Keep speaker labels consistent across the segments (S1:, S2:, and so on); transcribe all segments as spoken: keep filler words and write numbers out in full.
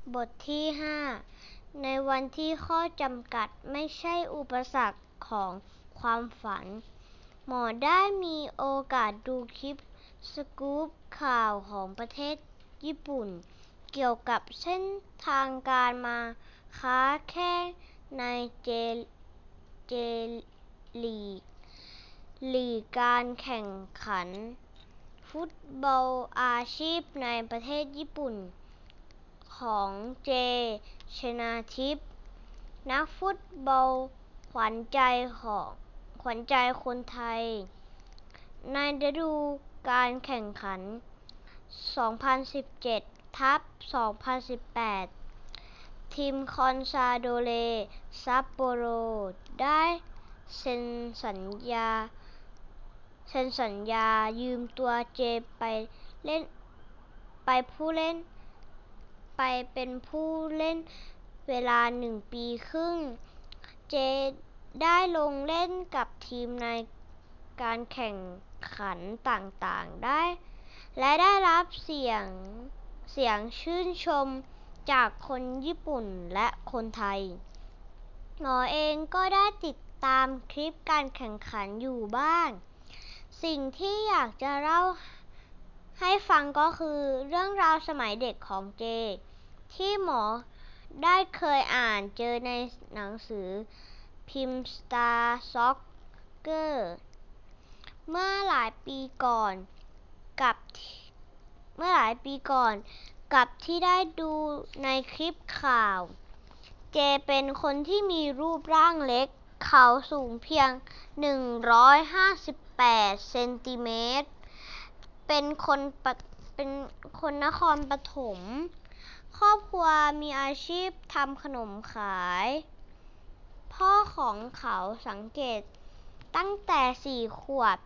S1: บทที่ ห้า ในวันที่ข้อจำกัดไม่ใช่อุปสรรคของความฝัน หมอได้มีโอกาสดูคลิปสกู๊ปข่าวของประเทศญี่ปุ่นเกี่ยวกับเส้นทางการมาค้าแข่งในเจเจลีกลีกการแข่งขันฟุตบอลอาชีพในประเทศญี่ปุ่นของเจ ชนาทิพย์ นักฟุตบอลขวัญใจของขวัญใจคนไทยในฤดูกาลแข่งขัน สองพันสิบเจ็ด ทับ สองพันสิบแปด ทีมคอนซาโดเร ซัปโปโร ได้เซ็นสัญญาเซ็นสัญญายืมตัวเจไปเล่นไปผู้เล่นไปเป็นผู้เล่นเวลาหนึ่งปีครึ่ง เจได้ลงเล่นกับทีมในการแข่งขันต่างๆได้และได้รับเสียงเสียงชื่นชมจากคนญี่ปุ่นและคนไทย หมอเองก็ได้ติดตามคลิปการแข่งขันอยู่บ้าง สิ่งที่อยากจะเล่าให้ฟังก็คือเรื่องราวสมัยเด็กของเจที่หมอได้เคยอ่านเจอในหนังสือพิมพ์ สตาร์ ซ็อกเกอร์ เมื่อหลายปีก่อนกับเมื่อหลายปีก่อนกับที่ได้ดูในคลิปข่าว เจเป็นคนที่มีรูปร่างเล็กเขาสูงเพียง หนึ่งร้อยห้าสิบแปด เซนติเมตร เป็นคนเป็นคนนครปฐม ครอบครัวมีอาชีพทำขนมขาย พ่อของเขาสังเกตตั้งแต่สี่ขวบ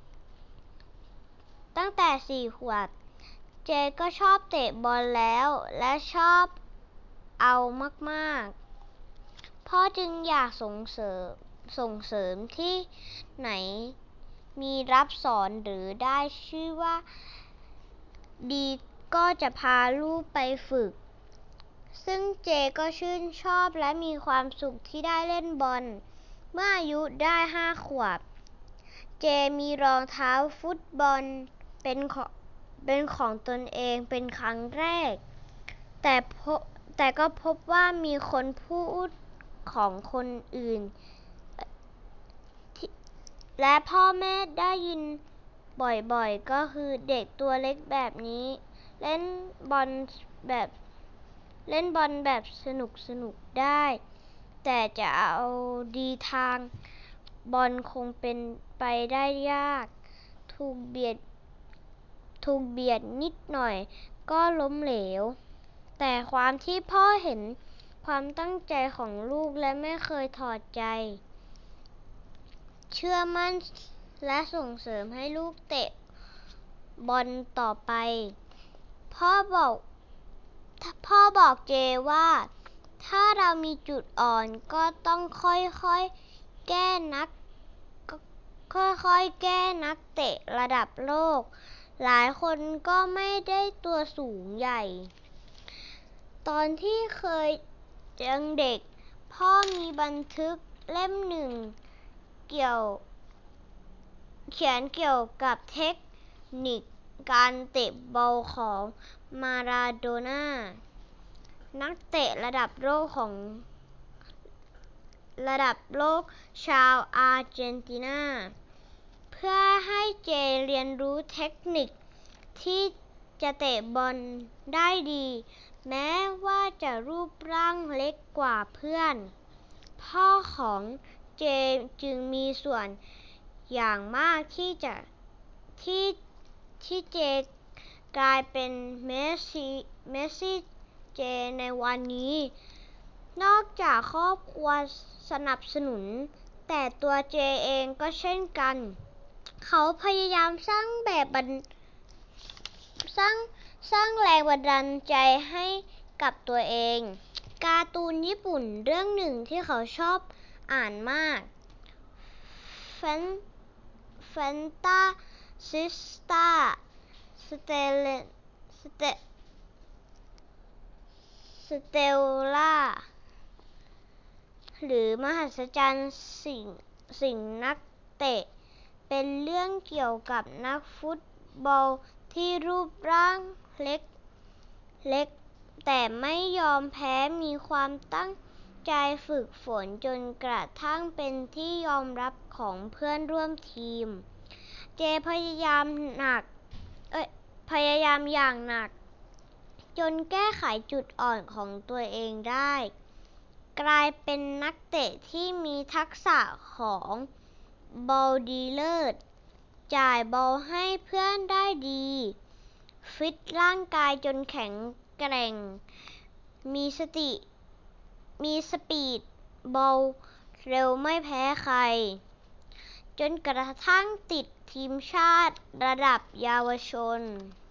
S1: ตั้งแต่สี่ขวบ เจก็ชอบเตะบอลแล้วและชอบเอามากๆ พ่อจึงอยากส่งเสริมส่งเสริมที่ไหนมีรับสอนหรือได้ชื่อว่าดีก็จะพาลูกไปฝึก ซึ่งเจก็ชื่นชอบและมีความสุขที่ได้เล่นบอล เมื่ออายุได้ห้าขวบ เจมีรองเท้าฟุตบอลเป็นของเป็นของตนเองเป็นครั้งแรก แต่พบแต่ก็พบว่ามีคนพูดของคนอื่นและพ่อแม่ได้ยินบ่อยๆก็คือเด็กตัวเล็กแบบนี้เล่นบอลแบบเล่นบอลแบบสนุกๆได้แต่จะเอาดีทางบอลคงเป็นไปได้ยากถูกเบียดถูกเบียดนิดหน่อยก็ล้มเหลวแต่ความที่พ่อเห็นความตั้งใจของลูกและไม่เคยถอดใจเชื่อมั่นและส่งเสริมให้ลูกเตะบอลต่อไปพ่อบอกพ่อบอกเจว่าถ้าเรามีจุดอ่อนก็ต้องค่อยๆแก้นักค่อยๆแก้นักเตะระดับโลกหลายคนก็ไม่ได้ตัวสูงใหญ่ตอนที่เคยยังเด็กพ่อมีบันทึกเล่มหนึ่งเกี่ยวเขียนเกี่ยวกับเทคนิคการเตะบอลของมาราโดน่านักเตะระดับโลกของระดับโลกชาวอาร์เจนตินาเพื่อให้เจเรียนรู้เทคนิคที่จะเตะบอลได้ดีแม้ว่าจะรูปร่างเล็กกว่าเพื่อนพ่อของเจจึงมีส่วนอย่างมากที่จะที่ที่เจกลายเป็นเมสซี่เมสซี่เจในวันนี้นอกจากครอบครัวสนับสนุนแต่ตัวเจเองก็เช่นกันเขาพยายามสร้างแบบสร้างสร้างแรงบันดาลใจให้กับตัวเองการ์ตูนญี่ปุ่นเรื่องหนึ่งที่เขาชอบอ่านมากแฟนตาซิสตา สเตเลสเตสเตลล่าหรือมหัศจรรย์สิ่งสิ่งนักเตะเป็นเรื่องเกี่ยวกับนักฟุตบอลที่รูปร่างเล็กเล็กแต่ไม่ยอมแพ้มีความตั้งใจฝึกฝนจนกระทั่งเป็นที่ยอมรับของเพื่อนร่วมทีมเจพยายามหนักเอ้ยพยายามอย่างหนักจนแก้ไขจุดอ่อนของตัวเองได้กลายเป็นนักเตะที่มีทักษะของบอลดีเลิศจ่ายบอลให้เพื่อนได้ดีฟิตร่างกายจนแข็งแกร่งมีสติมีสปีดบอลเร็วไม่แพ้ใครจนกระทั่งติดทีมชาติระดับเยาวชน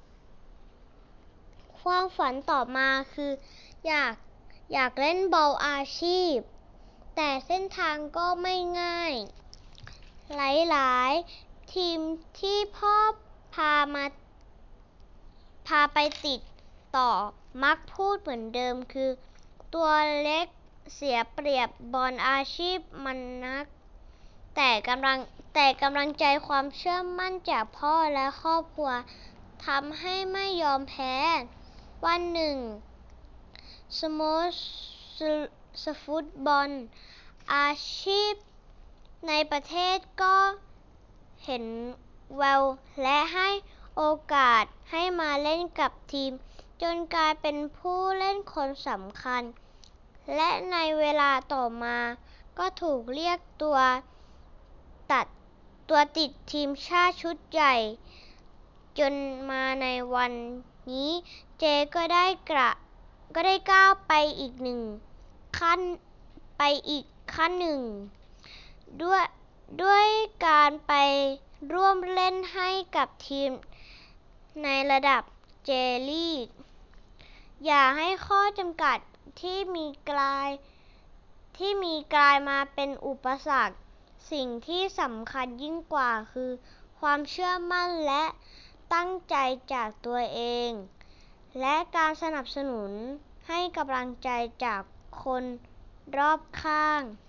S1: ความฝันต่อมาคืออยากอยากเล่นบอลอาชีพแต่เส้นทางก็ไม่ง่ายหลายๆทีมที่พ่อพามาพาไปติดต่อมักพูดเหมือนเดิมคือตัวเล็กเสียเปรียบบอลอาชีพมันนักแต่กำลังแต่กำลังใจความเชื่อมั่นจากพ่อและครอบครัวทำให้ไม่ยอมแพ้วันหนึ่งสโมสรฟุตบอลอาชีพในประเทศก็เห็นแววและให้โอกาสให้มาเล่นกับทีมจนกลายเป็นผู้เล่นคนสำคัญและในเวลาต่อมาก็ถูกเรียกตัวตัดตัวติดทีมชาติชุดใหญ่จนมาในวันนี้เจก็ได้กระก็ได้ก้าวไปอีกหนึ่งขั้นไปอีกขั้นหนึ่งด้วยด้วยการไปร่วมเล่นให้กับทีมในระดับเจลีกอย่าให้ข้อจำกัดที่มีกลายที่มีกลายมาเป็นอุปสรรคสิ่งที่สำคัญยิ่งกว่าคือความเชื่อมั่นและตั้งใจจากตัวเองและการสนับสนุนให้กำลังใจจากคนรอบข้าง